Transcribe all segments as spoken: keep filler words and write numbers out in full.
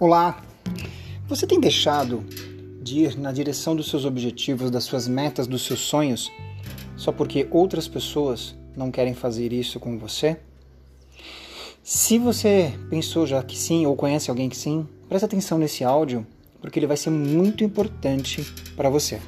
Olá! Você tem deixado de ir na direção dos seus objetivos, das suas metas, dos seus sonhos, só porque outras pessoas não querem fazer isso com você? Se você pensou já que sim, ou conhece alguém que sim, presta atenção nesse áudio, porque ele vai ser muito importante para você.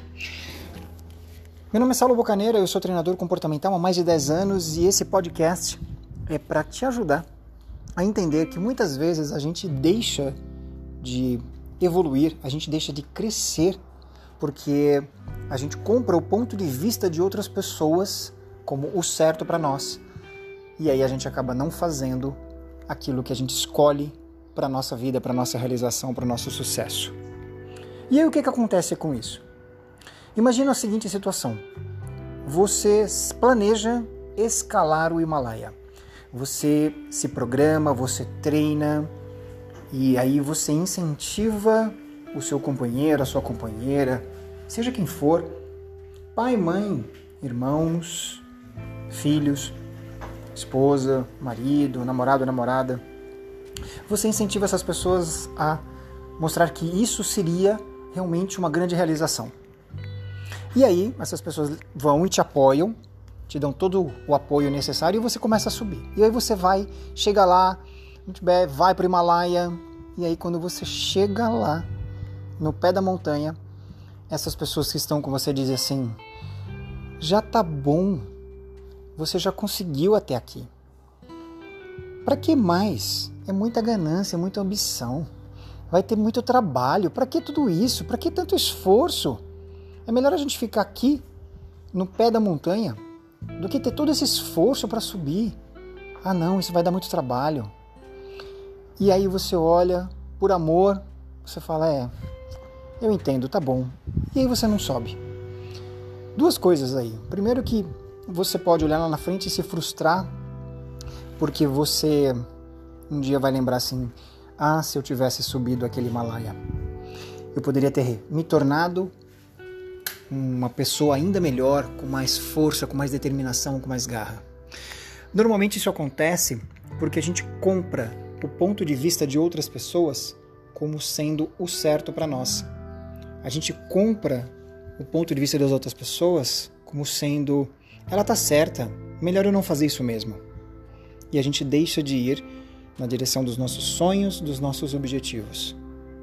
Meu nome é Saulo Bocaneira, eu sou treinador comportamental há mais de dez anos e esse podcast é para te ajudar a entender que muitas vezes a gente deixa de evoluir, a gente deixa de crescer porque a gente compra o ponto de vista de outras pessoas como o certo para nós. E aí a gente acaba não fazendo aquilo que a gente escolhe para a nossa vida, para a nossa realização, para o nosso sucesso. E aí o que, que acontece com isso? Imagina a seguinte situação. Você planeja escalar o Himalaia. Você se programa, você treina e aí você incentiva o seu companheiro, a sua companheira, seja quem for, pai, mãe, irmãos, filhos, esposa, marido, namorado, namorada. Você incentiva essas pessoas a mostrar que isso seria realmente uma grande realização. E aí, essas pessoas vão e te apoiam, te dão todo o apoio necessário e você começa a subir. E aí você vai, chega lá, vai para o Himalaia, e aí quando você chega lá, no pé da montanha, essas pessoas que estão com você dizem assim, já tá bom, você já conseguiu até aqui. Para que mais? É muita ganância, muita ambição, vai ter muito trabalho, para que tudo isso? Para que tanto esforço? É melhor a gente ficar aqui, no pé da montanha, do que ter todo esse esforço para subir. Ah não, isso vai dar muito trabalho. E aí você olha, por amor, você fala, é, eu entendo, tá bom. E aí você não sobe. Duas coisas aí. Primeiro que você pode olhar lá na frente e se frustrar, porque você um dia vai lembrar assim, ah, se eu tivesse subido aquele Himalaia, eu poderia ter me tornado uma pessoa ainda melhor, com mais força, com mais determinação, com mais garra. Normalmente isso acontece porque a gente compra o ponto de vista de outras pessoas como sendo o certo para nós. A gente compra o ponto de vista das outras pessoas como sendo, ela tá certa, melhor eu não fazer isso mesmo. E a gente deixa de ir na direção dos nossos sonhos, dos nossos objetivos.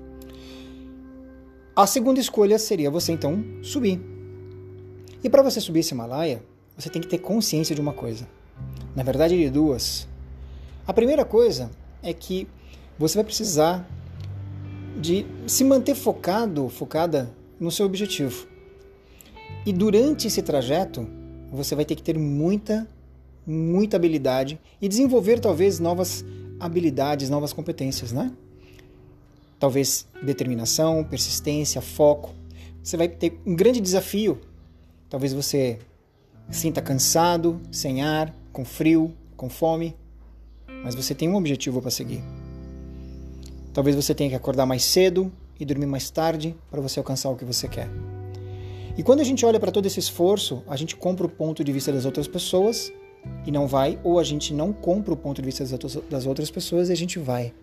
A segunda escolha seria você então subir. E para você subir esse Himalaia, você tem que ter consciência de uma coisa. Na verdade, de duas. A primeira coisa é que você vai precisar de se manter focado, focada no seu objetivo. E durante esse trajeto, você vai ter que ter muita, muita habilidade e desenvolver talvez novas habilidades, novas competências, né? Talvez determinação, persistência, foco. Você vai ter um grande desafio. Talvez você sinta cansado, sem ar, com frio, com fome, mas você tem um objetivo para seguir. Talvez você tenha que acordar mais cedo e dormir mais tarde para você alcançar o que você quer. E quando a gente olha para todo esse esforço, a gente compra o ponto de vista das outras pessoas e não vai, ou a gente não compra o ponto de vista das outras pessoas e a gente vai.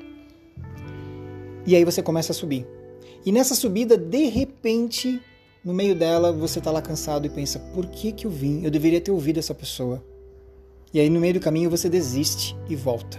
E aí você começa a subir. E nessa subida, de repente, no meio dela, você está lá cansado e pensa, por que que eu vim? Eu deveria ter ouvido essa pessoa. E aí no meio do caminho você desiste e volta.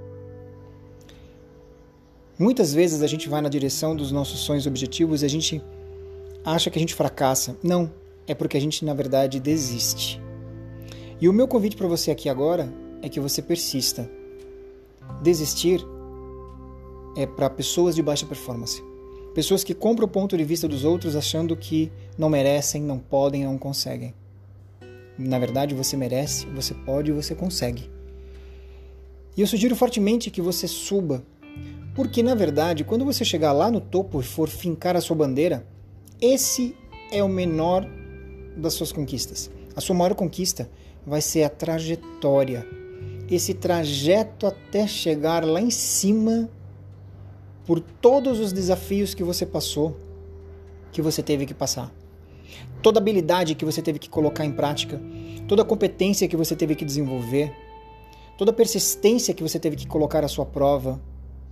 Muitas vezes a gente vai na direção dos nossos sonhos e objetivos e a gente acha que a gente fracassa. Não, é porque a gente na verdade desiste. E o meu convite para você aqui agora é que você persista. Desistir é para pessoas de baixa performance. Pessoas que compram o ponto de vista dos outros achando que não merecem, não podem, não conseguem. Na verdade, você merece, você pode e você consegue. E eu sugiro fortemente que você suba, porque na verdade, quando você chegar lá no topo e for fincar a sua bandeira, esse é o menor das suas conquistas. A sua maior conquista vai ser a trajetória. Esse trajeto até chegar lá em cima, por todos os desafios que você passou, que você teve que passar. Toda habilidade que você teve que colocar em prática, toda competência que você teve que desenvolver, toda persistência que você teve que colocar à sua prova,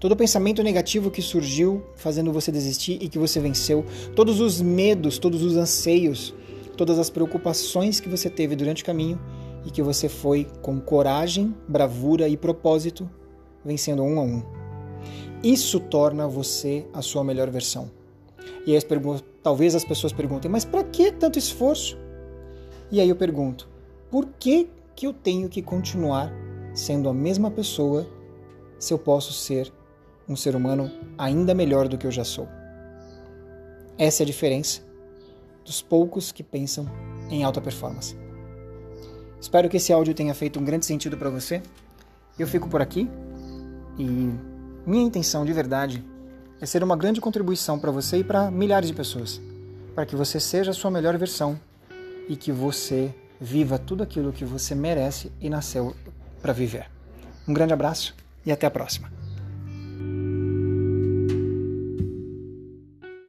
todo pensamento negativo que surgiu fazendo você desistir e que você venceu, todos os medos, todos os anseios, todas as preocupações que você teve durante o caminho e que você foi com coragem, bravura e propósito vencendo um a um. Isso torna você a sua melhor versão. E aí as perguntas, talvez as pessoas perguntem, mas para que tanto esforço? E aí eu pergunto, por que que eu tenho que continuar sendo a mesma pessoa se eu posso ser um ser humano ainda melhor do que eu já sou? Essa é a diferença dos poucos que pensam em alta performance. Espero que esse áudio tenha feito um grande sentido para você. Eu fico por aqui e minha intenção de verdade é ser uma grande contribuição para você e para milhares de pessoas, para que você seja a sua melhor versão e que você viva tudo aquilo que você merece e nasceu para viver. Um grande abraço e até a próxima.